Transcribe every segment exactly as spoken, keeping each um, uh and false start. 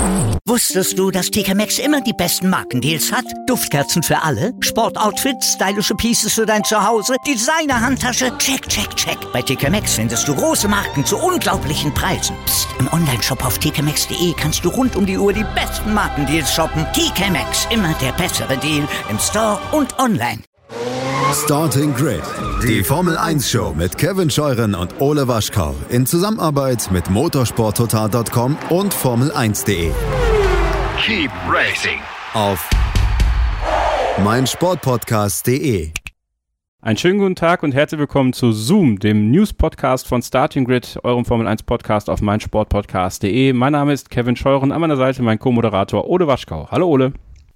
Wusstest du, dass T K Maxx immer die besten Markendeals hat? Duftkerzen für alle, Sportoutfits, stylische Pieces für dein Zuhause, Designer-Handtasche, check, check, check. Bei T K Maxx findest du große Marken zu unglaublichen Preisen. Psst. Im Onlineshop auf t k maxx punkt d e kannst du rund um die Uhr die besten Markendeals shoppen. T K Maxx, immer der bessere Deal im Store und online. Starting Grid, die Formel eins Show mit Kevin Scheuren und Ole Waschkau in Zusammenarbeit mit motorsport total punkt com und Formel eins punkt de. Keep racing Auf meinsportpodcast punkt de. Einen schönen guten Tag und herzlich willkommen zu Zoom, dem News-Podcast von Starting Grid, eurem Formel eins Podcast auf meinsportpodcast punkt de. Mein Name ist Kevin Scheuren, an meiner Seite mein Co-Moderator Ole Waschkau. Hallo Ole.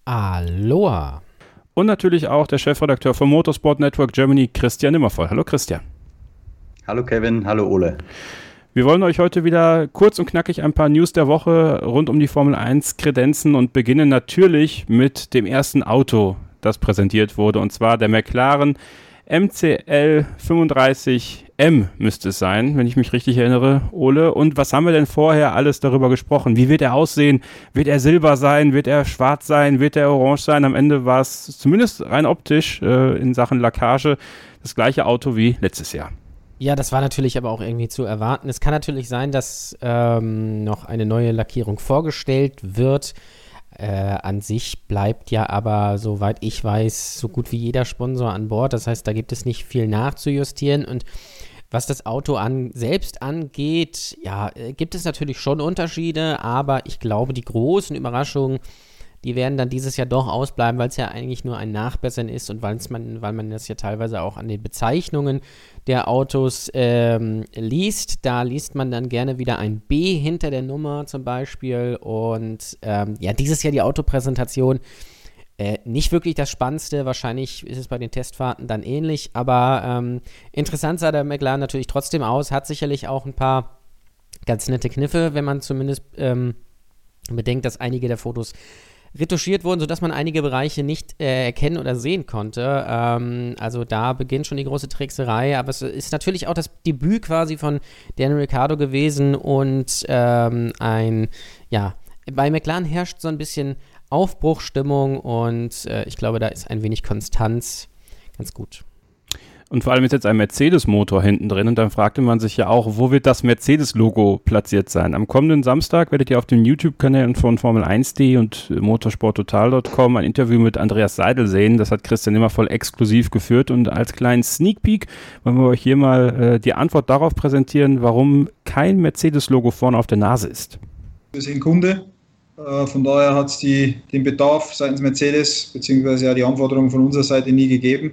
Aloha. Und natürlich auch der Chefredakteur vom Motorsport Network Germany, Christian Nimmervoll. Hallo Christian. Hallo Kevin, hallo Ole. Wir wollen euch heute wieder kurz und knackig ein paar News der Woche rund um die Formel eins kredenzen und beginnen natürlich mit dem ersten Auto, das präsentiert wurde, und zwar der McLaren M C L fünfunddreißig M müsste es sein, wenn ich mich richtig erinnere, Ole. Und was haben wir denn vorher alles darüber gesprochen? Wie wird er aussehen? Wird er silber sein? Wird er schwarz sein? Wird er orange sein? Am Ende war es zumindest rein optisch äh, in Sachen Lackage das gleiche Auto wie letztes Jahr. Ja, das war natürlich aber auch irgendwie zu erwarten. Es kann natürlich sein, dass ähm, noch eine neue Lackierung vorgestellt wird. Äh, an sich bleibt ja aber, soweit ich weiß, so gut wie jeder Sponsor an Bord. Das heißt, da gibt es nicht viel nachzujustieren. Und was das Auto an, selbst angeht, ja, äh, gibt es natürlich schon Unterschiede, aber ich glaube, die großen Überraschungen, die werden dann dieses Jahr doch ausbleiben, weil es ja eigentlich nur ein Nachbessern ist und weil's man, weil man das ja teilweise auch an den Bezeichnungen der Autos ähm, liest. Da liest man dann gerne wieder ein B hinter der Nummer zum Beispiel. Und ähm, ja, dieses Jahr die Autopräsentation äh, nicht wirklich das Spannendste. Wahrscheinlich ist es bei den Testfahrten dann ähnlich. Aber ähm, interessant sah der McLaren natürlich trotzdem aus. Hat sicherlich auch ein paar ganz nette Kniffe, wenn man zumindest ähm, bedenkt, dass einige der Fotos retuschiert wurden, sodass man einige Bereiche nicht äh, erkennen oder sehen konnte. Ähm, also da beginnt schon die große Trickserei, aber es ist natürlich auch das Debüt quasi von Daniel Ricciardo gewesen und ähm, ein, ja, bei McLaren herrscht so ein bisschen Aufbruchstimmung und äh, ich glaube, da ist ein wenig Konstanz ganz gut. Und vor allem ist jetzt ein Mercedes-Motor hinten drin und dann fragte man sich ja auch, wo wird das Mercedes-Logo platziert sein? Am kommenden Samstag werdet ihr auf den YouTube-Kanälen von Formel eins punkt de und motorsport total punkt com ein Interview mit Andreas Seidel sehen. Das hat Christian Nimmervoll exklusiv geführt und als kleinen Sneak Peek wollen wir euch hier mal äh, die Antwort darauf präsentieren, warum kein Mercedes-Logo vorne auf der Nase ist. Wir sind Kunde, äh, von daher hat es den Bedarf seitens Mercedes bzw. die Anforderungen von unserer Seite nie gegeben.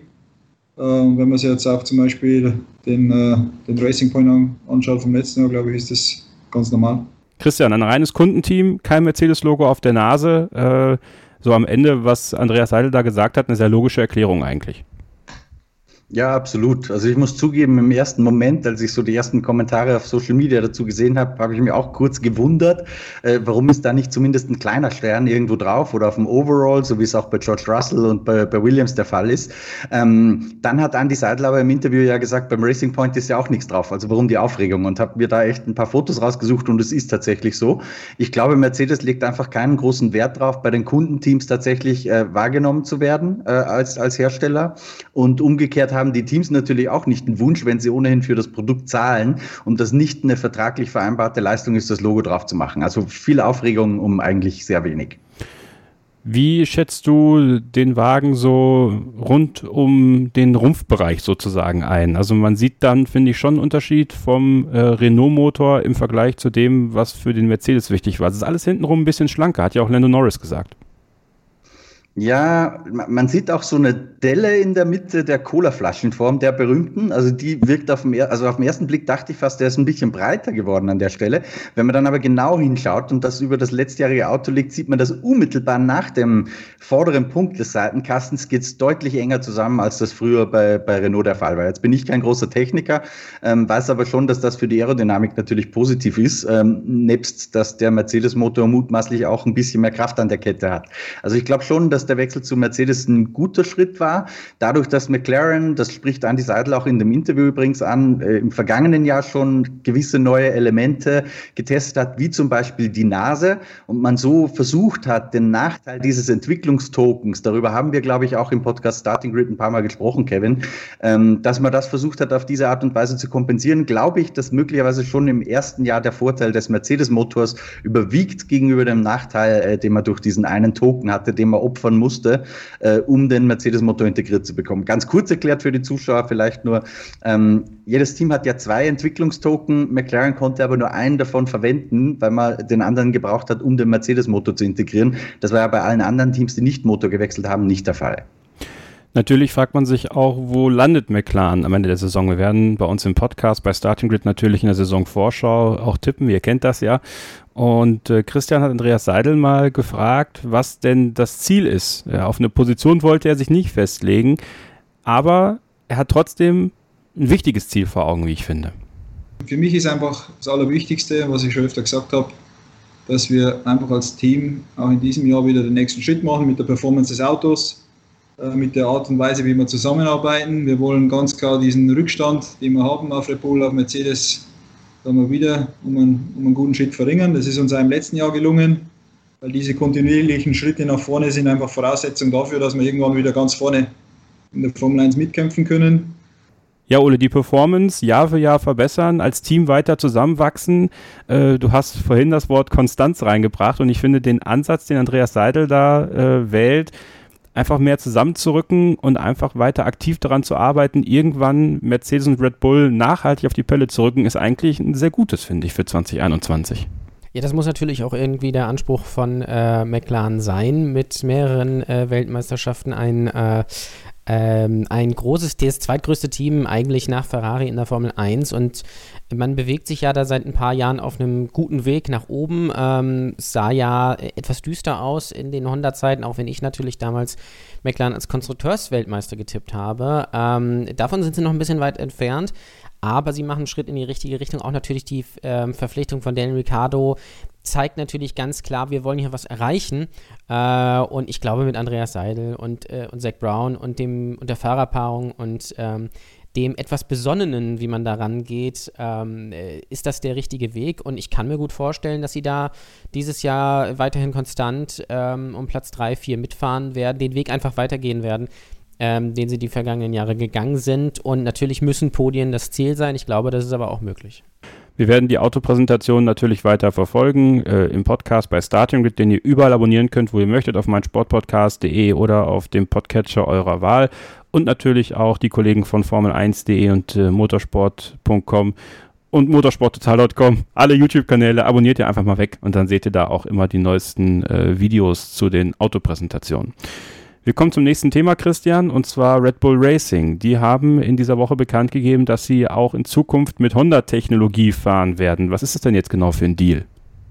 Und wenn man sich jetzt auch zum Beispiel den, äh, den Racing Point an, anschaut vom letzten Jahr, glaube ich, ist das ganz normal. Christian, ein reines Kundenteam, kein Mercedes-Logo auf der Nase. Äh, so am Ende, was Andreas Seidel da gesagt hat, eine sehr logische Erklärung eigentlich. Ja, absolut. Also ich muss zugeben, im ersten Moment, als ich so die ersten Kommentare auf Social Media dazu gesehen habe, habe ich mich auch kurz gewundert, äh, warum ist da nicht zumindest ein kleiner Stern irgendwo drauf oder auf dem Overall, so wie es auch bei George Russell und bei, bei Williams der Fall ist. Ähm, dann hat Andy Seidel aber im Interview ja gesagt, beim Racing Point ist ja auch nichts drauf. Also warum die Aufregung? Und habe mir da echt ein paar Fotos rausgesucht und es ist tatsächlich so. Ich glaube, Mercedes legt einfach keinen großen Wert drauf, bei den Kundenteams tatsächlich äh, wahrgenommen zu werden äh, als, als Hersteller. Und umgekehrt haben die Teams natürlich auch nicht einen Wunsch, wenn sie ohnehin für das Produkt zahlen und das nicht eine vertraglich vereinbarte Leistung ist, das Logo drauf zu machen. Also viel Aufregung um eigentlich sehr wenig. Wie schätzt du den Wagen so rund um den Rumpfbereich sozusagen ein? Also man sieht dann, finde ich, schon einen Unterschied vom äh, Renault-Motor im Vergleich zu dem, was für den Mercedes wichtig war. Es ist alles hintenrum ein bisschen schlanker, hat ja auch Lando Norris gesagt. Ja, man sieht auch so eine Delle in der Mitte der Colaflaschenform, der berühmten. Also die wirkt auf dem, also auf den ersten Blick dachte ich fast, der ist ein bisschen breiter geworden an der Stelle. Wenn man dann aber genau hinschaut und das über das letztjährige Auto liegt, sieht man, dass unmittelbar nach dem vorderen Punkt des Seitenkastens geht es deutlich enger zusammen, als das früher bei, bei Renault der Fall war. Jetzt bin ich kein großer Techniker, ähm, weiß aber schon, dass das für die Aerodynamik natürlich positiv ist, ähm, nebst, dass der Mercedes-Motor mutmaßlich auch ein bisschen mehr Kraft an der Kette hat. Also ich glaube schon, dass dass der Wechsel zu Mercedes ein guter Schritt war. Dadurch, dass McLaren, das spricht Andy Seidel auch in dem Interview übrigens an, äh, im vergangenen Jahr schon gewisse neue Elemente getestet hat, wie zum Beispiel die Nase, und man so versucht hat, den Nachteil dieses Entwicklungstokens, darüber haben wir, glaube ich, auch im Podcast Starting Grid ein paar Mal gesprochen, Kevin, ähm, dass man das versucht hat, auf diese Art und Weise zu kompensieren, glaube ich, dass möglicherweise schon im ersten Jahr der Vorteil des Mercedes-Motors überwiegt gegenüber dem Nachteil, äh, den man durch diesen einen Token hatte, den man opfern musste, äh, um den Mercedes-Motor integriert zu bekommen. Ganz kurz erklärt für die Zuschauer vielleicht nur, ähm, jedes Team hat ja zwei Entwicklungstoken, McLaren konnte aber nur einen davon verwenden, weil man den anderen gebraucht hat, um den Mercedes-Motor zu integrieren. Das war ja bei allen anderen Teams, die nicht Motor gewechselt haben, nicht der Fall. Natürlich fragt man sich auch, wo landet McLaren am Ende der Saison? Wir werden bei uns im Podcast bei Starting Grid natürlich in der Saisonvorschau auch tippen, ihr kennt das ja. Und äh, Christian hat Andreas Seidel mal gefragt, was denn das Ziel ist. Ja, auf eine Position wollte er sich nicht festlegen, aber er hat trotzdem ein wichtiges Ziel vor Augen, wie ich finde. Für mich ist einfach das Allerwichtigste, was ich schon öfter gesagt habe, dass wir einfach als Team auch in diesem Jahr wieder den nächsten Schritt machen mit der Performance des Autos, mit der Art und Weise, wie wir zusammenarbeiten. Wir wollen ganz klar diesen Rückstand, den wir haben auf Red Bull, auf Mercedes, da mal wieder um einen, um einen guten Schritt verringern. Das ist uns auch im letzten Jahr gelungen, weil diese kontinuierlichen Schritte nach vorne sind einfach Voraussetzung dafür, dass wir irgendwann wieder ganz vorne in der Formel eins mitkämpfen können. Ja, Ole, die Performance Jahr für Jahr verbessern, als Team weiter zusammenwachsen. Äh, du hast vorhin das Wort Konstanz reingebracht und ich finde den Ansatz, den Andreas Seidel da äh, wählt, einfach mehr zusammenzurücken und einfach weiter aktiv daran zu arbeiten, irgendwann Mercedes und Red Bull nachhaltig auf die Pelle zu rücken, ist eigentlich ein sehr gutes, finde ich, für zwanzig einundzwanzig. Ja, das muss natürlich auch irgendwie der Anspruch von äh, McLaren sein, mit mehreren äh, Weltmeisterschaften ein, äh, ähm, ein großes, das zweitgrößte Team eigentlich nach Ferrari in der Formel eins, und man bewegt sich ja da seit ein paar Jahren auf einem guten Weg nach oben. Ähm, es sah ja etwas düster aus in den Honda-Zeiten, auch wenn ich natürlich damals McLaren als Konstrukteursweltmeister getippt habe. Ähm, davon sind sie noch ein bisschen weit entfernt, aber sie machen einen Schritt in die richtige Richtung. Auch natürlich die ähm, Verpflichtung von Daniel Ricciardo zeigt natürlich ganz klar, wir wollen hier was erreichen. Äh, und ich glaube, mit Andreas Seidel und, äh, und Zak Brown und, dem, und der Fahrerpaarung und ähm, dem etwas Besonnenen, wie man da rangeht, ähm, ist das der richtige Weg. Und ich kann mir gut vorstellen, dass sie da dieses Jahr weiterhin konstant ähm, um Platz drei, vier mitfahren werden, den Weg einfach weitergehen werden, ähm, den sie die vergangenen Jahre gegangen sind. Und natürlich müssen Podien das Ziel sein. Ich glaube, das ist aber auch möglich. Wir werden die Autopräsentation natürlich weiter verfolgen äh, im Podcast bei Starting Grid, den ihr überall abonnieren könnt, wo ihr möchtet, auf meinsportpodcast punkt de oder auf dem Podcatcher eurer Wahl. Und natürlich auch die Kollegen von Formel eins punkt de und äh, motorsport punkt com und motorsporttotal punkt com. Alle YouTube-Kanäle abonniert ihr einfach mal weg und dann seht ihr da auch immer die neuesten äh, Videos zu den Autopräsentationen. Wir kommen zum nächsten Thema, Christian, und zwar Red Bull Racing. Die haben in dieser Woche bekannt gegeben, dass sie auch in Zukunft mit Honda-Technologie fahren werden. Was ist das denn jetzt genau für ein Deal?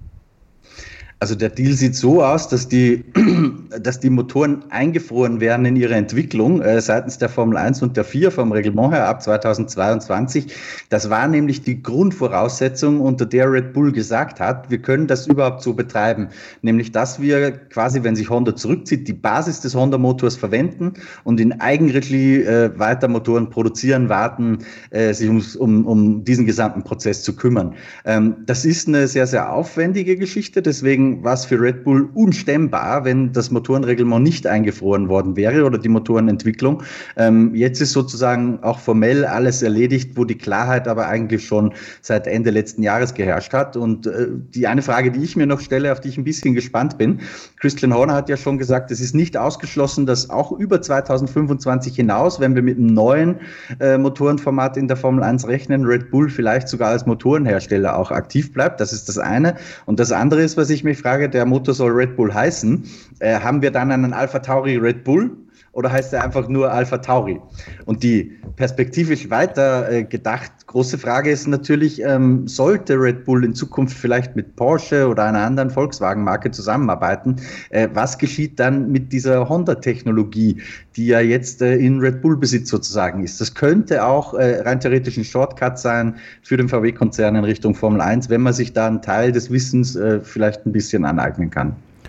Also der Deal sieht so aus, dass die, dass die Motoren eingefroren werden in ihrer Entwicklung äh, seitens der Formel eins und der vier vom Reglement her ab zweitausendzweiundzwanzig. Das war nämlich die Grundvoraussetzung, unter der Red Bull gesagt hat, wir können das überhaupt so betreiben. Nämlich, dass wir quasi, wenn sich Honda zurückzieht, die Basis des Honda-Motors verwenden und in Eigenregie äh, weiter Motoren produzieren, warten, äh, sich ums, um, um diesen gesamten Prozess zu kümmern. Ähm, das ist eine sehr, sehr aufwendige Geschichte, deswegen war es für Red Bull unstemmbar, wenn das Motorenreglement nicht eingefroren worden wäre oder die Motorenentwicklung. Ähm, jetzt ist sozusagen auch formell alles erledigt, wo die Klarheit aber eigentlich schon seit Ende letzten Jahres geherrscht hat. Und äh, die eine Frage, die ich mir noch stelle, auf die ich ein bisschen gespannt bin, Christian Horner hat ja schon gesagt, es ist nicht ausgeschlossen, dass auch über zweitausendfünfundzwanzig hinaus, wenn wir mit einem neuen äh, Motorenformat in der Formel eins rechnen, Red Bull vielleicht sogar als Motorenhersteller auch aktiv bleibt. Das ist das eine. Und das andere ist, was ich mich Frage, der Motor soll Red Bull heißen. Äh, haben wir dann einen Alpha Tauri Red Bull oder heißt er einfach nur Alpha Tauri? Und die perspektivisch weiter äh, gedacht, große Frage ist natürlich, ähm, sollte Red Bull in Zukunft vielleicht mit Porsche oder einer anderen Volkswagen-Marke zusammenarbeiten? Äh, was geschieht dann mit dieser Honda-Technologie, die ja jetzt äh, in Red Bull-Besitz sozusagen ist? Das könnte auch äh, rein theoretisch ein Shortcut sein für den V W-Konzern in Richtung Formel eins, wenn man sich da einen Teil des Wissens äh, vielleicht ein bisschen aneignen kann.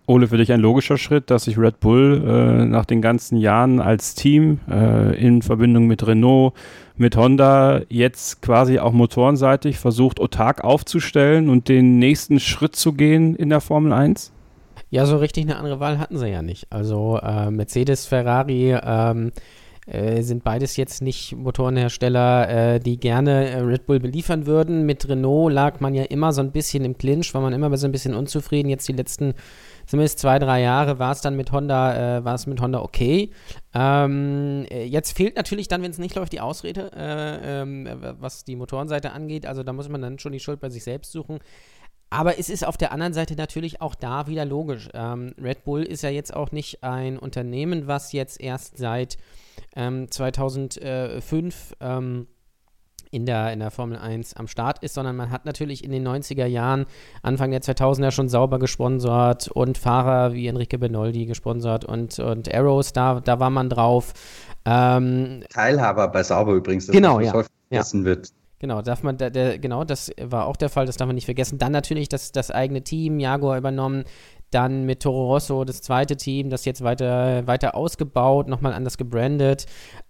Ole, für dich ein logischer Schritt, dass sich Red Bull äh, nach den ganzen Jahren als Team äh, in Verbindung mit Renault, mit Honda jetzt quasi auch motorenseitig versucht, autark aufzustellen und den nächsten Schritt zu gehen in der Formel eins? Ja, so richtig eine andere Wahl hatten sie ja nicht. Also äh, Mercedes, Ferrari ähm, äh, sind beides jetzt nicht Motorenhersteller, äh, die gerne äh, Red Bull beliefern würden. Mit Renault lag man ja immer so ein bisschen im Clinch, war man immer so ein bisschen unzufrieden. Jetzt die letzten zumindest zwei, drei Jahre war es dann mit Honda, äh, war es mit Honda okay. Ähm, jetzt fehlt natürlich dann, wenn es nicht läuft, die Ausrede, äh, ähm, was die Motorenseite angeht. Also da muss man dann schon die Schuld bei sich selbst suchen. Aber es ist auf der anderen Seite natürlich auch da wieder logisch. Ähm, Red Bull ist ja jetzt auch nicht ein Unternehmen, was jetzt erst seit ähm, zweitausendfünf ähm, in der, in der Formel eins am Start ist, sondern man hat natürlich in den neunziger Jahren, Anfang der zweitausender schon sauber gesponsert und Fahrer wie Enrique Benoldi gesponsert und, und Arrows, da, da war man drauf. Ähm, Teilhaber bei Sauber übrigens, das genau, was ja, häufig vergessen ja. wird. Genau, darf man, der, der, genau, das war auch der Fall, das darf man nicht vergessen. Dann natürlich das, das eigene Team, Jaguar übernommen, dann mit Toro Rosso das zweite Team, das jetzt weiter, weiter ausgebaut, nochmal anders gebrandet.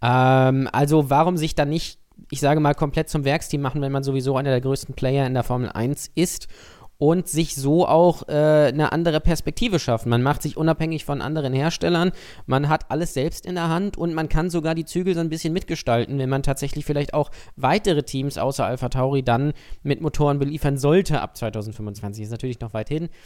Ähm, also warum sich dann nicht, ich sage mal, komplett zum Werksteam machen, wenn man sowieso einer der größten Player in der Formel eins ist und sich so auch äh, eine andere Perspektive schaffen. Man macht sich unabhängig von anderen Herstellern, man hat alles selbst in der Hand und man kann sogar die Zügel so ein bisschen mitgestalten, wenn man tatsächlich vielleicht auch weitere Teams außer AlphaTauri dann mit Motoren beliefern sollte ab zweitausendfünfundzwanzig. Ist natürlich noch weit hin.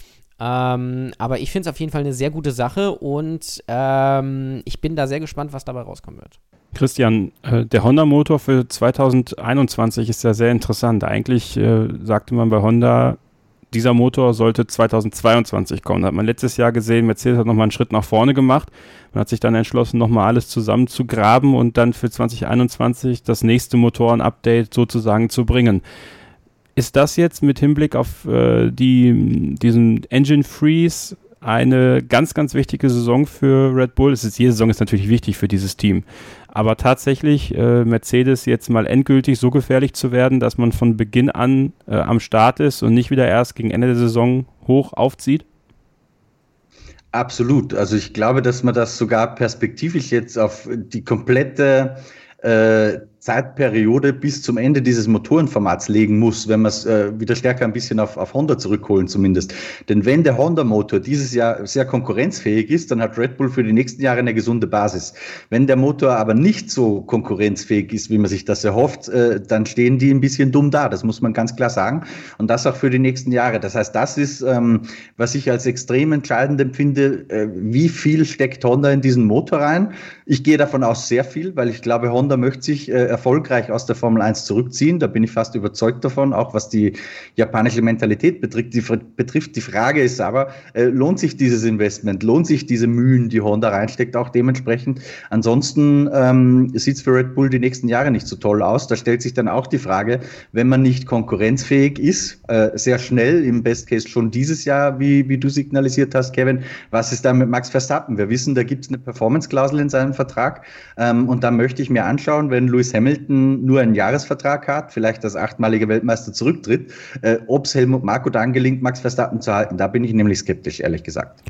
Ähm, aber ich finde es auf jeden Fall eine sehr gute Sache und ähm, ich bin da sehr gespannt, was dabei rauskommen wird. Christian, äh, der Honda-Motor für zweitausendeinundzwanzig ist ja sehr interessant. Eigentlich äh, sagte man bei Honda, dieser Motor sollte zweitausendzweiundzwanzig kommen. Da hat man letztes Jahr gesehen, Mercedes hat nochmal einen Schritt nach vorne gemacht. Man hat sich dann entschlossen, nochmal alles zusammenzugraben und dann für zweitausendeinundzwanzig das nächste Motoren-Update sozusagen zu bringen. Ist das jetzt mit Hinblick auf äh, die, diesen Engine Freeze eine ganz, ganz wichtige Saison für Red Bull? Es ist, jede Saison ist natürlich wichtig für dieses Team. Aber tatsächlich äh, Mercedes jetzt mal endgültig so gefährlich zu werden, dass man von Beginn an äh, am Start ist und nicht wieder erst gegen Ende der Saison hoch aufzieht? Absolut. Also ich glaube, dass man das sogar perspektivisch jetzt auf die komplette äh, Zeitperiode bis zum Ende dieses Motorenformats legen muss, wenn wir es äh, wieder stärker ein bisschen auf, auf Honda zurückholen zumindest. Denn wenn der Honda-Motor dieses Jahr sehr konkurrenzfähig ist, dann hat Red Bull für die nächsten Jahre eine gesunde Basis. Wenn der Motor aber nicht so konkurrenzfähig ist, wie man sich das erhofft, äh, dann stehen die ein bisschen dumm da. Das muss man ganz klar sagen. Und das auch für die nächsten Jahre. Das heißt, das ist, ähm, was ich als extrem entscheidend empfinde, äh, wie viel steckt Honda in diesen Motor rein. Ich gehe davon aus sehr viel, weil ich glaube, Honda möchte sich äh, erfolgreich aus der Formel eins zurückziehen. Da bin ich fast überzeugt davon, auch was die japanische Mentalität betrifft. Die, betrifft. die Frage ist aber, äh, lohnt sich dieses Investment? Lohnt sich diese Mühen, die Honda reinsteckt, auch dementsprechend? Ansonsten ähm, sieht es für Red Bull die nächsten Jahre nicht so toll aus. Da stellt sich dann auch die Frage, wenn man nicht konkurrenzfähig ist, äh, sehr schnell, im Best Case schon dieses Jahr, wie, wie du signalisiert hast, Kevin, was ist da mit Max Verstappen? Wir wissen, da gibt es eine Performance-Klausel in seinem Vertrag ähm, und da möchte ich mir anschauen, wenn Lewis Hamilton nur einen Jahresvertrag hat, vielleicht als achtmaliger Weltmeister zurücktritt, äh, ob es Helmut Marko dann gelingt, Max Verstappen zu halten. Da bin ich nämlich skeptisch, ehrlich gesagt.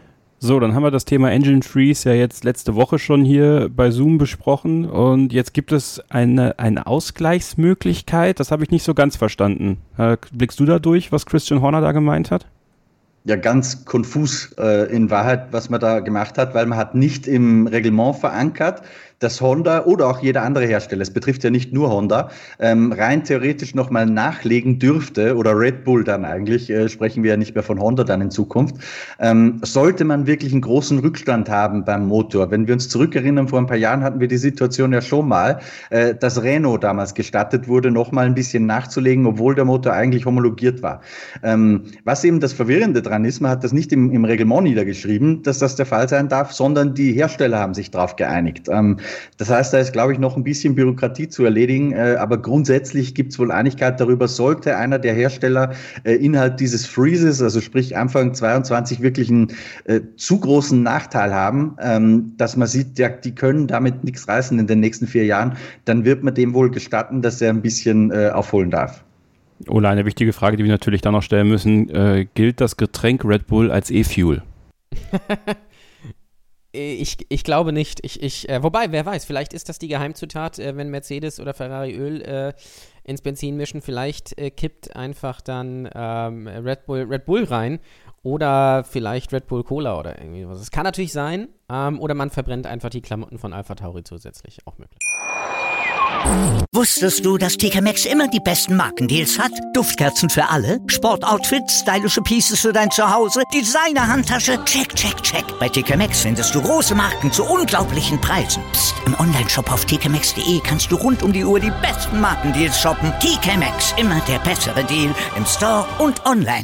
So, dann haben wir das Thema Engine Freeze ja jetzt letzte Woche schon hier bei Zoom besprochen und jetzt gibt es eine, eine Ausgleichsmöglichkeit. Das habe ich nicht so ganz verstanden. Äh, blickst du da durch, was Christian Horner da gemeint hat? Ja, ganz konfus äh, in Wahrheit, was man da gemacht hat, weil man hat nicht im Reglement verankert, dass Honda oder auch jeder andere Hersteller, es betrifft ja nicht nur Honda, ähm, rein theoretisch nochmal nachlegen dürfte, oder Red Bull dann eigentlich, äh, sprechen wir ja nicht mehr von Honda dann in Zukunft, ähm, sollte man wirklich einen großen Rückstand haben beim Motor. Wenn wir uns zurückerinnern, vor ein paar Jahren hatten wir die Situation ja schon mal, äh, dass Renault damals gestattet wurde, nochmal ein bisschen nachzulegen, obwohl der Motor eigentlich homologiert war. Ähm, was eben das Verwirrende dran ist, man hat das nicht im, im Reglement niedergeschrieben, dass das der Fall sein darf, sondern die Hersteller haben sich darauf geeinigt. Ähm, Das heißt, da ist, glaube ich, noch ein bisschen Bürokratie zu erledigen, äh, aber grundsätzlich gibt es wohl Einigkeit darüber, sollte einer der Hersteller äh, innerhalb dieses Freezes, also sprich Anfang zweiundzwanzig, wirklich einen äh, zu großen Nachteil haben, ähm, dass man sieht, ja, die können damit nichts reißen in den nächsten vier Jahren, dann wird man dem wohl gestatten, dass er ein bisschen äh, aufholen darf. Ola, eine wichtige Frage, die wir natürlich dann noch stellen müssen, äh, gilt das Getränk Red Bull als E-Fuel? Ich, ich glaube nicht. Ich, ich, äh, wobei, wer weiß, vielleicht ist das die Geheimzutat, äh, wenn Mercedes oder Ferrari Öl äh, ins Benzin mischen. Vielleicht äh, kippt einfach dann ähm, Red Bull, Red Bull rein oder vielleicht Red Bull Cola oder irgendwie was. Das kann natürlich sein. Ähm, oder man verbrennt einfach die Klamotten von AlphaTauri zusätzlich. Auch möglich. Wusstest du, dass T K Maxx immer die besten Markendeals hat? Duftkerzen für alle, Sportoutfits, stylische Pieces für dein Zuhause, Designer-Handtasche, check, check, check. Bei T K Maxx findest du große Marken zu unglaublichen Preisen. Psst. Im Onlineshop auf t k maxx punkt d e kannst du rund um die Uhr die besten Markendeals shoppen. T K Maxx, immer der bessere Deal im Store und online.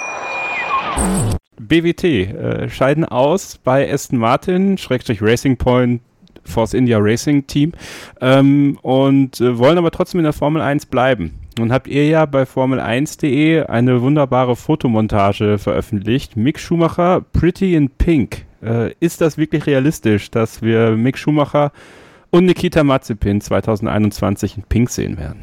B W T äh, scheiden aus bei Aston Martin, Schrägstrich Racing Point, Force India Racing Team ähm, und äh, wollen aber trotzdem in der Formel eins bleiben. Nun habt ihr ja bei Formel eins punkt de eine wunderbare Fotomontage veröffentlicht. Mick Schumacher, Pretty in Pink. Äh, ist das wirklich realistisch, dass wir Mick Schumacher und Nikita Mazepin zwanzig einundzwanzig in Pink sehen werden?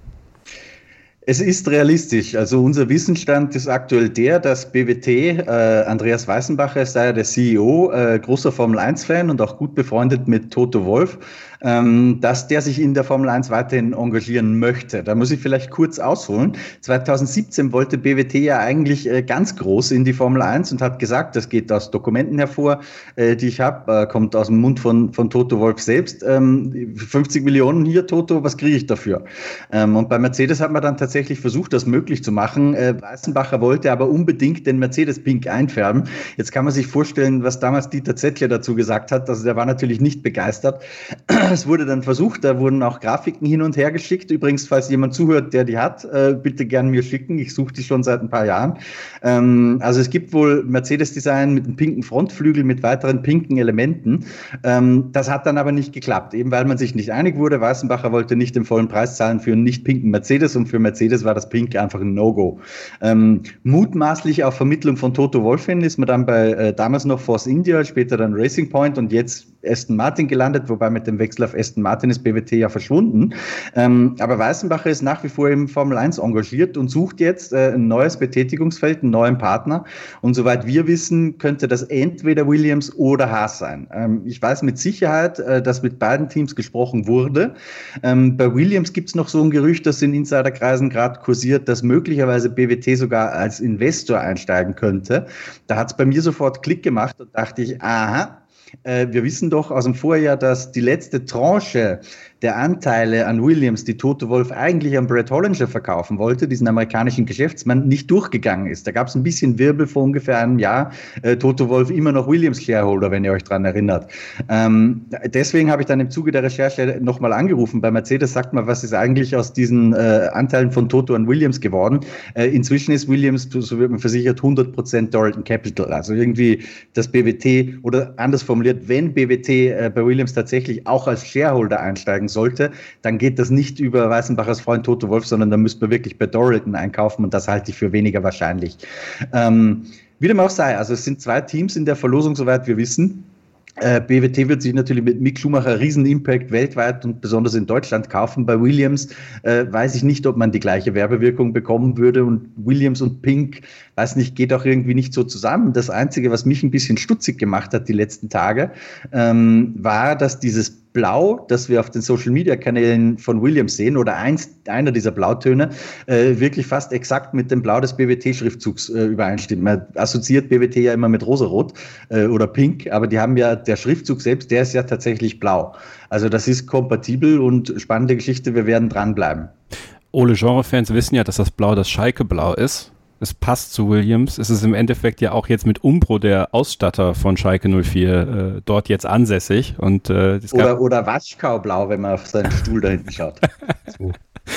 Es ist realistisch. Also unser Wissensstand ist aktuell der, dass B W T, äh, Andreas Weißenbacher ist da ja der C E O, äh, großer Formel eins Fan und auch gut befreundet mit Toto Wolff, ähm, dass der sich in der Formel eins weiterhin engagieren möchte. Da muss ich vielleicht kurz ausholen. zwanzig siebzehn wollte B W T ja eigentlich äh, ganz groß in die Formel eins und hat gesagt, das geht aus Dokumenten hervor, äh, die ich habe, äh, kommt aus dem Mund von, von Toto Wolff selbst. Ähm, fünfzig Millionen hier, Toto, was kriege ich dafür? Ähm, und bei Mercedes hat man dann tatsächlich tatsächlich versucht, das möglich zu machen. Äh, Weißenbacher wollte aber unbedingt den Mercedes Pink einfärben. Jetzt kann man sich vorstellen, was damals Dieter Zettler dazu gesagt hat. Also der war natürlich nicht begeistert. Es wurde dann versucht, da wurden auch Grafiken hin und her geschickt. Übrigens, falls jemand zuhört, der die hat, äh, bitte gern mir schicken. Ich suche die schon seit ein paar Jahren. Ähm, also es gibt wohl Mercedes-Design mit einem pinken Frontflügel mit weiteren pinken Elementen. Ähm, das hat dann aber nicht geklappt, eben weil man sich nicht einig wurde. Weißenbacher wollte nicht den vollen Preis zahlen für einen nicht pinken Mercedes und für Mercedes war das Pink einfach ein No-Go. Ähm, mutmaßlich auf Vermittlung von Toto Wolff hin ist man dann bei äh, damals noch Force India, später dann Racing Point und jetzt Aston Martin gelandet, wobei mit dem Wechsel auf Aston Martin ist B W T ja verschwunden. Ähm, aber Weißenbacher ist nach wie vor im Formel eins engagiert und sucht jetzt äh, ein neues Betätigungsfeld, einen neuen Partner. Und soweit wir wissen, könnte das entweder Williams oder Haas sein. Ähm, ich weiß mit Sicherheit, äh, dass mit beiden Teams gesprochen wurde. Ähm, bei Williams gibt es noch so ein Gerücht, das in Insiderkreisen gerade kursiert, dass möglicherweise B W T sogar als Investor einsteigen könnte. Da hat es bei mir sofort Klick gemacht und dachte ich, aha, äh, wir wissen doch aus dem Vorjahr, dass die letzte Tranche der Anteile an Williams, die Toto Wolff eigentlich an Brett Hollinger verkaufen wollte, diesen amerikanischen Geschäftsmann, nicht durchgegangen ist. Da gab es ein bisschen Wirbel vor ungefähr einem Jahr. Äh, Toto Wolff immer noch Williams-Shareholder, wenn ihr euch dran erinnert. Ähm, deswegen habe ich dann im Zuge der Recherche nochmal angerufen. Bei Mercedes sagt man, was ist eigentlich aus diesen äh, Anteilen von Toto an Williams geworden? Äh, inzwischen ist Williams, so wird man versichert, hundert Prozent Dorilton Capital. Also irgendwie das B W T, oder anders formuliert, wenn B W T äh, bei Williams tatsächlich auch als Shareholder einsteigen sollte, dann geht das nicht über Weißenbachers Freund Toto Wolff, sondern dann müsste man wirklich bei Dorilton einkaufen und das halte ich für weniger wahrscheinlich. Ähm, wie dem auch sei, also es sind zwei Teams in der Verlosung, soweit wir wissen. Äh, B W T wird sich natürlich mit Mick Schumacher riesen Impact weltweit und besonders in Deutschland kaufen. Bei Williams äh, weiß ich nicht, ob man die gleiche Werbewirkung bekommen würde und Williams und Pink, weiß nicht, geht auch irgendwie nicht so zusammen. Das Einzige, was mich ein bisschen stutzig gemacht hat die letzten Tage, ähm, war, dass dieses Blau, das wir auf den Social-Media-Kanälen von Williams sehen, oder eins, einer dieser Blautöne, äh, wirklich fast exakt mit dem Blau des B W T-Schriftzugs äh, übereinstimmt. Man assoziiert B W T ja immer mit rosarot äh, oder pink, aber die haben ja, der Schriftzug selbst, der ist ja tatsächlich blau. Also das ist kompatibel und spannende Geschichte, wir werden dranbleiben. Ole, Genre-Fans wissen ja, dass das Blau das Schalke-Blau ist. Es passt zu Williams. Es ist im Endeffekt ja auch jetzt mit Umbro der Ausstatter von Schalke null vier äh, dort jetzt ansässig. Und, äh, es gab oder, oder Waschkaublau, wenn man auf seinen Stuhl da hinten schaut. So.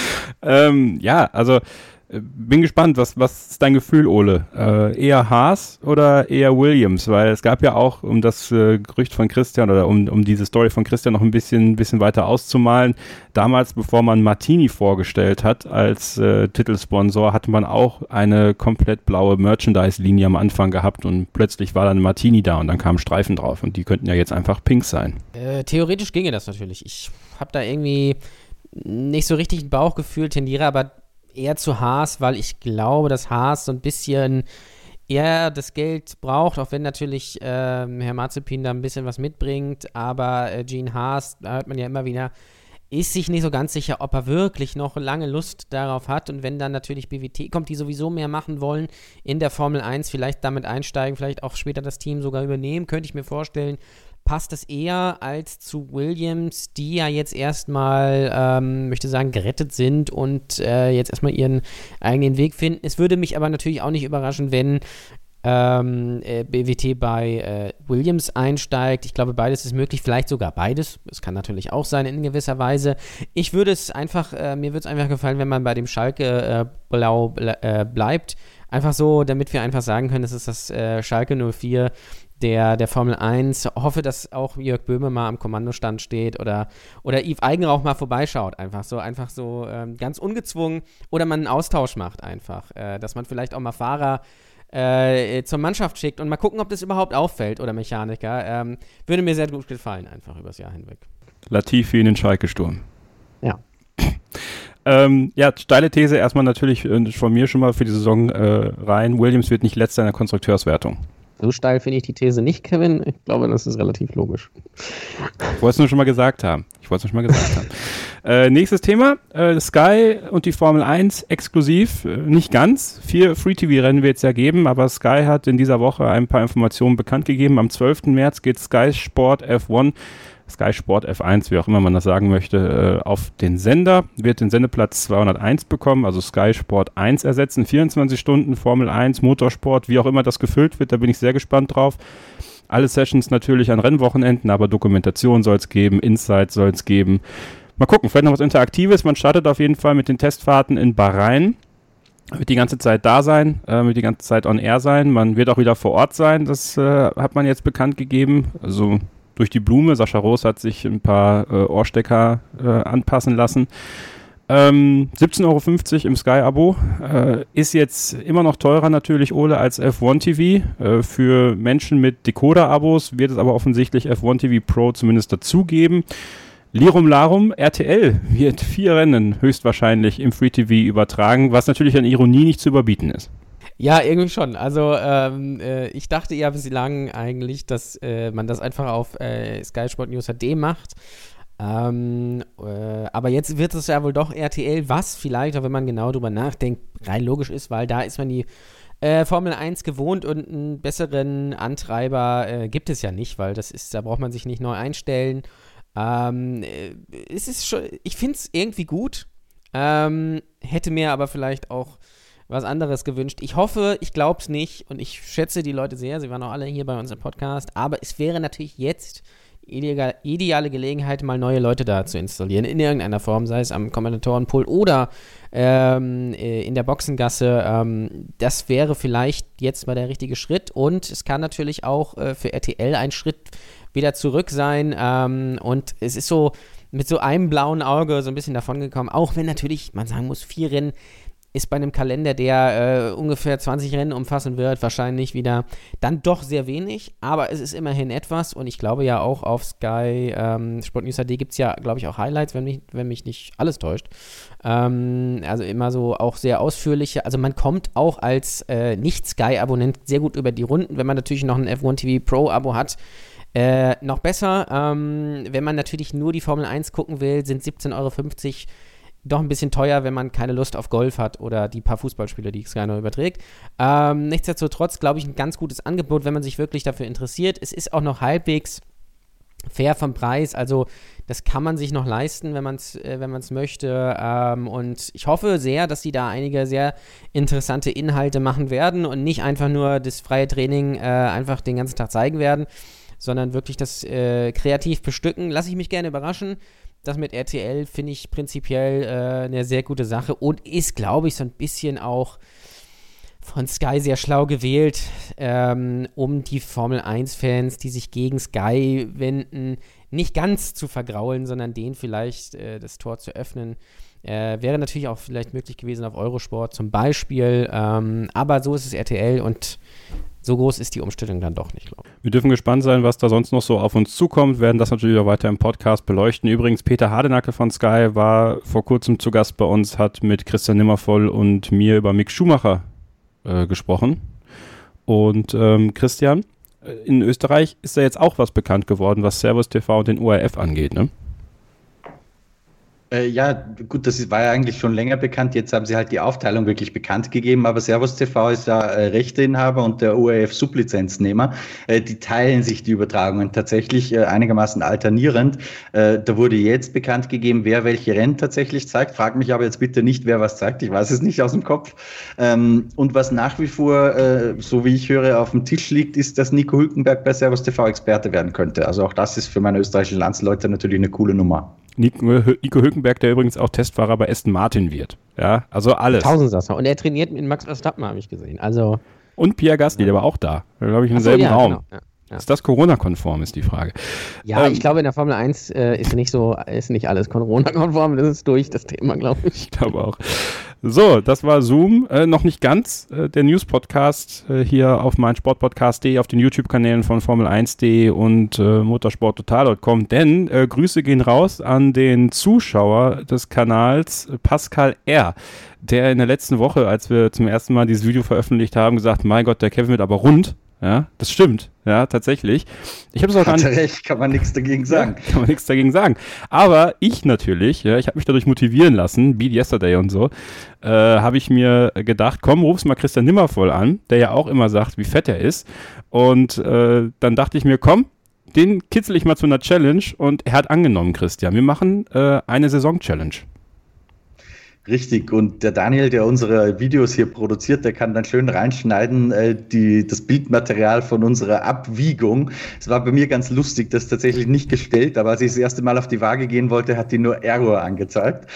ähm, ja, also äh, bin gespannt. Was, was ist dein Gefühl, Ole? Äh, eher Haas oder eher Williams? Weil es gab ja auch, um das äh, Gerücht von Christian oder um, um diese Story von Christian noch ein bisschen, bisschen weiter auszumalen, damals, bevor man Martini vorgestellt hat als äh, Titelsponsor, hatte man auch eine komplett blaue Merchandise-Linie am Anfang gehabt und plötzlich war dann Martini da und dann kamen Streifen drauf und die könnten ja jetzt einfach pink sein. Äh, theoretisch ginge das natürlich. Ich habe da irgendwie nicht so richtig ein Bauchgefühl, tendiere aber eher zu Haas, weil ich glaube, dass Haas so ein bisschen ja, das Geld braucht, auch wenn natürlich ähm, Herr Mazepin da ein bisschen was mitbringt, aber äh, Gene Haas, da hört man ja immer wieder, ist sich nicht so ganz sicher, ob er wirklich noch lange Lust darauf hat, und wenn dann natürlich B W T kommt, die sowieso mehr machen wollen in der Formel eins, vielleicht damit einsteigen, vielleicht auch später das Team sogar übernehmen, könnte ich mir vorstellen, passt das eher als zu Williams, die ja jetzt erstmal, ähm, möchte sagen, gerettet sind und äh, jetzt erstmal ihren eigenen Weg finden. Es würde mich aber natürlich auch nicht überraschen, wenn ähm, äh, B W T bei äh, Williams einsteigt. Ich glaube, beides ist möglich, vielleicht sogar beides. Es kann natürlich auch sein in gewisser Weise. Ich würde es einfach, äh, mir würde es einfach gefallen, wenn man bei dem Schalke äh, Blau ble- äh, bleibt. Einfach so, damit wir einfach sagen können, es ist das äh, Schalke null vier der, der Formel eins. Hoffe, dass auch Jörg Böhme mal am Kommandostand steht oder, oder Yves Eigenrauch mal vorbeischaut. Einfach so, einfach so ähm, ganz ungezwungen, oder man einen Austausch macht einfach. Äh, dass man vielleicht auch mal Fahrer Äh, zur Mannschaft schickt und mal gucken, ob das überhaupt auffällt, oder Mechaniker. Ähm, würde mir sehr gut gefallen, einfach übers Jahr hinweg. Latifi in den Schalke-Sturm. Ja. ähm, ja, steile These erstmal natürlich äh, von mir schon mal für die Saison äh, rein. Williams wird nicht letzter in der Konstrukteurswertung. So steil finde ich die These nicht, Kevin. Ich glaube, das ist relativ logisch. Ich wollte es nur schon mal gesagt haben. Ich wollte es nur schon mal gesagt haben. Äh, nächstes Thema, äh, Sky und die Formel eins exklusiv, äh, nicht ganz. Vier Free-T V-Rennen wird es ja geben, aber Sky hat in dieser Woche ein paar Informationen bekannt gegeben. Am zwölften März geht Sky Sport F eins, Sky Sport F eins, wie auch immer man das sagen möchte, äh, auf den Sender, wird den Sendeplatz zweihunderteins bekommen, also Sky Sport eins ersetzen. vierundzwanzig Stunden Formel eins, Motorsport, wie auch immer das gefüllt wird, da bin ich sehr gespannt drauf. Alle Sessions natürlich an Rennwochenenden, aber Dokumentation soll es geben, Insights soll es geben. Mal gucken, vielleicht noch was Interaktives. Man startet auf jeden Fall mit den Testfahrten in Bahrain. Wird die ganze Zeit da sein, äh, wird die ganze Zeit on air sein. Man wird auch wieder vor Ort sein, das äh, hat man jetzt bekannt gegeben. Also durch die Blume. Sascha Roos hat sich ein paar äh, Ohrstecker äh, anpassen lassen. Ähm, siebzehn Euro fünfzig im Sky-Abo. Äh, ist jetzt immer noch teurer natürlich, Ole, als F eins T V. Äh, für Menschen mit Decoder-Abos wird es aber offensichtlich F eins T V Pro zumindest dazugeben. Lirum Larum, R T L wird vier Rennen höchstwahrscheinlich im Free T V übertragen, was natürlich an Ironie nicht zu überbieten ist. Ja, irgendwie schon. Also ähm, äh, ich dachte ja bislang eigentlich, dass äh, man das einfach auf äh, Sky Sport News H D macht. Ähm, äh, aber jetzt wird es ja wohl doch R T L, was vielleicht, auch wenn man genau drüber nachdenkt, rein logisch ist, weil da ist man die äh, Formel eins gewohnt und einen besseren Antreiber äh, gibt es ja nicht, weil das ist, da braucht man sich nicht neu einstellen. Ähm, es ist schon, ich finde es irgendwie gut, ähm, hätte mir aber vielleicht auch was anderes gewünscht. Ich hoffe, ich glaube es nicht und ich schätze die Leute sehr, sie waren auch alle hier bei uns im Podcast, aber es wäre natürlich jetzt ideale, ideale Gelegenheit, mal neue Leute da zu installieren, in irgendeiner Form, sei es am Kommentatorenpool oder ähm, in der Boxengasse. Ähm, das wäre vielleicht jetzt mal der richtige Schritt und es kann natürlich auch äh, für R T L ein Schritt wieder zurück sein ähm, und es ist so mit so einem blauen Auge so ein bisschen davon gekommen, auch wenn natürlich, man sagen muss, vier Rennen ist bei einem Kalender, der äh, ungefähr zwanzig Rennen umfassen wird, wahrscheinlich wieder dann doch sehr wenig, aber es ist immerhin etwas und ich glaube ja auch auf Sky ähm, Sport News H D gibt es ja, glaube ich, auch Highlights, wenn mich, wenn mich nicht alles täuscht. Ähm, also immer so auch sehr ausführliche, also man kommt auch als äh, Nicht-Sky-Abonnent sehr gut über die Runden, wenn man natürlich noch ein F eins T V Pro-Abo hat. Äh, noch besser, ähm, wenn man natürlich nur die Formel eins gucken will, sind siebzehn Euro fünfzig doch ein bisschen teuer, wenn man keine Lust auf Golf hat oder die paar Fußballspiele, die Sky noch überträgt. Ähm, nichtsdestotrotz, glaube ich, ein ganz gutes Angebot, wenn man sich wirklich dafür interessiert. Es ist auch noch halbwegs fair vom Preis, also das kann man sich noch leisten, wenn man es äh, wenn man es möchte. Ähm, und ich hoffe sehr, dass sie da einige sehr interessante Inhalte machen werden und nicht einfach nur das freie Training äh, einfach den ganzen Tag zeigen werden, sondern wirklich das äh, kreativ bestücken. Lasse ich mich gerne überraschen. Das mit R T L finde ich prinzipiell äh, eine sehr gute Sache und ist, glaube ich, so ein bisschen auch von Sky sehr schlau gewählt, ähm, um die Formel eins Fans, die sich gegen Sky wenden, nicht ganz zu vergraulen, sondern denen vielleicht äh, das Tor zu öffnen. Äh, wäre natürlich auch vielleicht möglich gewesen auf Eurosport zum Beispiel, ähm, aber so ist es R T L und so groß ist die Umstellung dann doch nicht, glaube ich. Wir dürfen gespannt sein, was da sonst noch so auf uns zukommt, werden das natürlich auch weiter im Podcast beleuchten. Übrigens, Peter Hardenacke von Sky war vor kurzem zu Gast bei uns, hat mit Christian Nimmervoll und mir über Mick Schumacher äh, gesprochen. Und ähm, Christian, in Österreich ist da jetzt auch was bekannt geworden, was Servus T V und den O R F angeht, ne? Äh, ja, gut, das war ja eigentlich schon länger bekannt. Jetzt haben sie halt die Aufteilung wirklich bekannt gegeben, aber Servus T V ist ja äh, Rechteinhaber und der O R F Sublizenznehmer. Äh, die teilen sich die Übertragungen tatsächlich äh, einigermaßen alternierend. Äh, da wurde jetzt bekannt gegeben, wer welche Rennen tatsächlich zeigt. Frag mich aber jetzt bitte nicht, wer was zeigt. Ich weiß es nicht aus dem Kopf. Ähm, und was nach wie vor, äh, so wie ich höre, auf dem Tisch liegt, ist, dass Nico Hülkenberg bei Servus T V Experte werden könnte. Also auch das ist für meine österreichischen Landsleute natürlich eine coole Nummer. Nico, Nico Hülkenberg, der übrigens auch Testfahrer bei Aston Martin wird. Ja, also alles. Tausendsasser. Und er trainiert mit Max Verstappen, habe ich gesehen. Also und Pierre Gasly, der war auch da. Glaube ich, im Ach so, selben ja, Raum. Genau, ja, ja. Ist das Corona-konform, ist die Frage. Ja, ähm, ich glaube, in der Formel eins äh, ist nicht so, ist nicht alles Corona-konform. Das ist durch, das Thema, glaube ich. Ich glaube auch. So, das war Zoom. Äh, noch nicht ganz. Äh, der News-Podcast äh, hier auf meinsportpodcast punkt de, auf den YouTube-Kanälen von Formel eins punkt de und äh, motorsporttotal punkt com. Denn äh, Grüße gehen raus an den Zuschauer des Kanals Pascal R., der in der letzten Woche, als wir zum ersten Mal dieses Video veröffentlicht haben, gesagt, mein Gott, der Kevin wird aber rund. Ja, das stimmt. Ja, tatsächlich. Ich habe es auch gar nicht. Recht, kann man nichts dagegen sagen. Ja, kann man nichts dagegen sagen. Aber ich natürlich, ja, ich habe mich dadurch motivieren lassen, Beat Yesterday und so, äh, habe ich mir gedacht, komm, ruf's mal Christian Nimmervoll an, der ja auch immer sagt, wie fett er ist. Und äh, dann dachte ich mir, komm, den kitzel ich mal zu einer Challenge und er hat angenommen, Christian. Wir machen äh, eine Saison-Challenge. Richtig, und der Daniel, der unsere Videos hier produziert, der kann dann schön reinschneiden, äh, die, das Bildmaterial von unserer Abwiegung. Es war bei mir ganz lustig, das ist tatsächlich nicht gestellt, aber als ich das erste Mal auf die Waage gehen wollte, hat die nur Error angezeigt.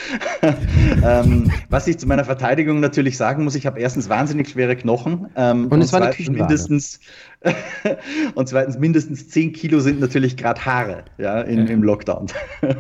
ähm, was ich zu meiner Verteidigung natürlich sagen muss, ich habe erstens wahnsinnig schwere Knochen. Ähm, und es war eine Küchenwaage. Mindestens, und zweitens mindestens zehn Kilo sind natürlich gerade Haare, ja, in, ja. im Lockdown. Ja.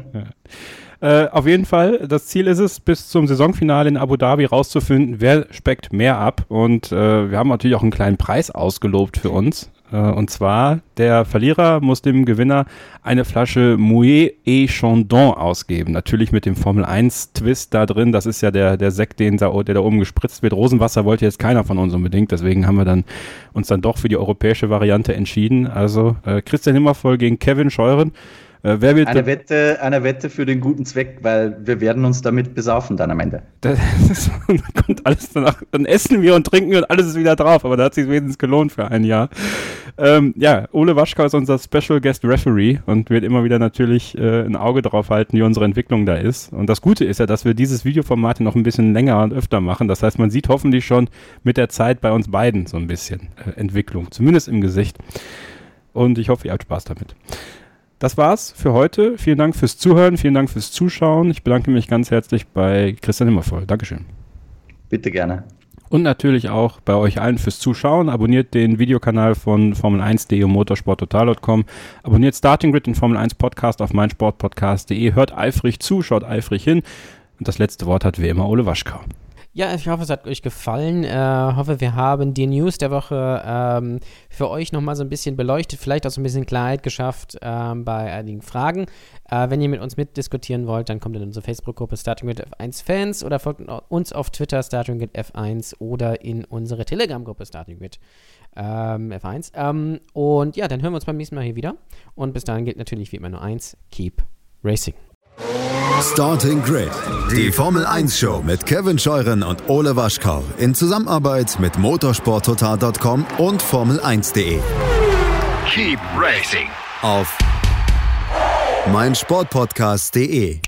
Äh, auf jeden Fall, das Ziel ist es, bis zum Saisonfinale in Abu Dhabi rauszufinden, wer speckt mehr ab. Und äh, wir haben natürlich auch einen kleinen Preis ausgelobt für uns. Äh, und zwar, der Verlierer muss dem Gewinner eine Flasche Moët et Chandon ausgeben. Natürlich mit dem Formel eins Twist da drin. Das ist ja der, der Sekt, den da, der da oben gespritzt wird. Rosenwasser wollte jetzt keiner von uns unbedingt. Deswegen haben wir dann uns dann doch für die europäische Variante entschieden. Also äh, Christian Nimmervoll gegen Kevin Scheuren. Äh, wer wird eine, Wette, eine Wette für den guten Zweck, weil wir werden uns damit besaufen dann am Ende. Das ist, dann kommt alles danach, dann essen wir und trinken und alles ist wieder drauf, aber da hat es sich wenigstens gelohnt für ein Jahr. Ähm, ja, Ole Waschkau ist unser Special Guest Referee und wird immer wieder natürlich äh, ein Auge drauf halten, wie unsere Entwicklung da ist. Und das Gute ist ja, dass wir dieses Videoformat noch ein bisschen länger und öfter machen. Das heißt, man sieht hoffentlich schon mit der Zeit bei uns beiden so ein bisschen äh, Entwicklung, zumindest im Gesicht. Und ich hoffe, ihr habt Spaß damit. Das war's für heute. Vielen Dank fürs Zuhören, vielen Dank fürs Zuschauen. Ich bedanke mich ganz herzlich bei Christian Nimmervoll. Dankeschön. Bitte gerne. Und natürlich auch bei euch allen fürs Zuschauen. Abonniert den Videokanal von Formel eins punkt de und motorsporttotal punkt com. Abonniert Starting Grid, den Formel eins Podcast auf meinsportpodcast punkt de. Hört eifrig zu, schaut eifrig hin. Und das letzte Wort hat wie immer Ole Waschkau. Ja, ich hoffe, es hat euch gefallen. Ich äh, hoffe, wir haben die News der Woche ähm, für euch nochmal so ein bisschen beleuchtet, vielleicht auch so ein bisschen Klarheit geschafft ähm, bei einigen Fragen. Äh, wenn ihr mit uns mitdiskutieren wollt, dann kommt in unsere Facebook-Gruppe Starting Grid F eins Fans oder folgt uns auf Twitter Starting Grid F eins oder in unsere Telegram-Gruppe Starting Grid ähm, F eins. Ähm, und ja, dann hören wir uns beim nächsten Mal hier wieder. Und bis dahin gilt natürlich wie immer nur eins: Keep Racing. Starting Grid, die Formel eins Show mit Kevin Scheuren und Ole Waschkau in Zusammenarbeit mit motorsporttotal punkt com und Formel eins punkt de. Keep racing Auf meinsportpodcast punkt de.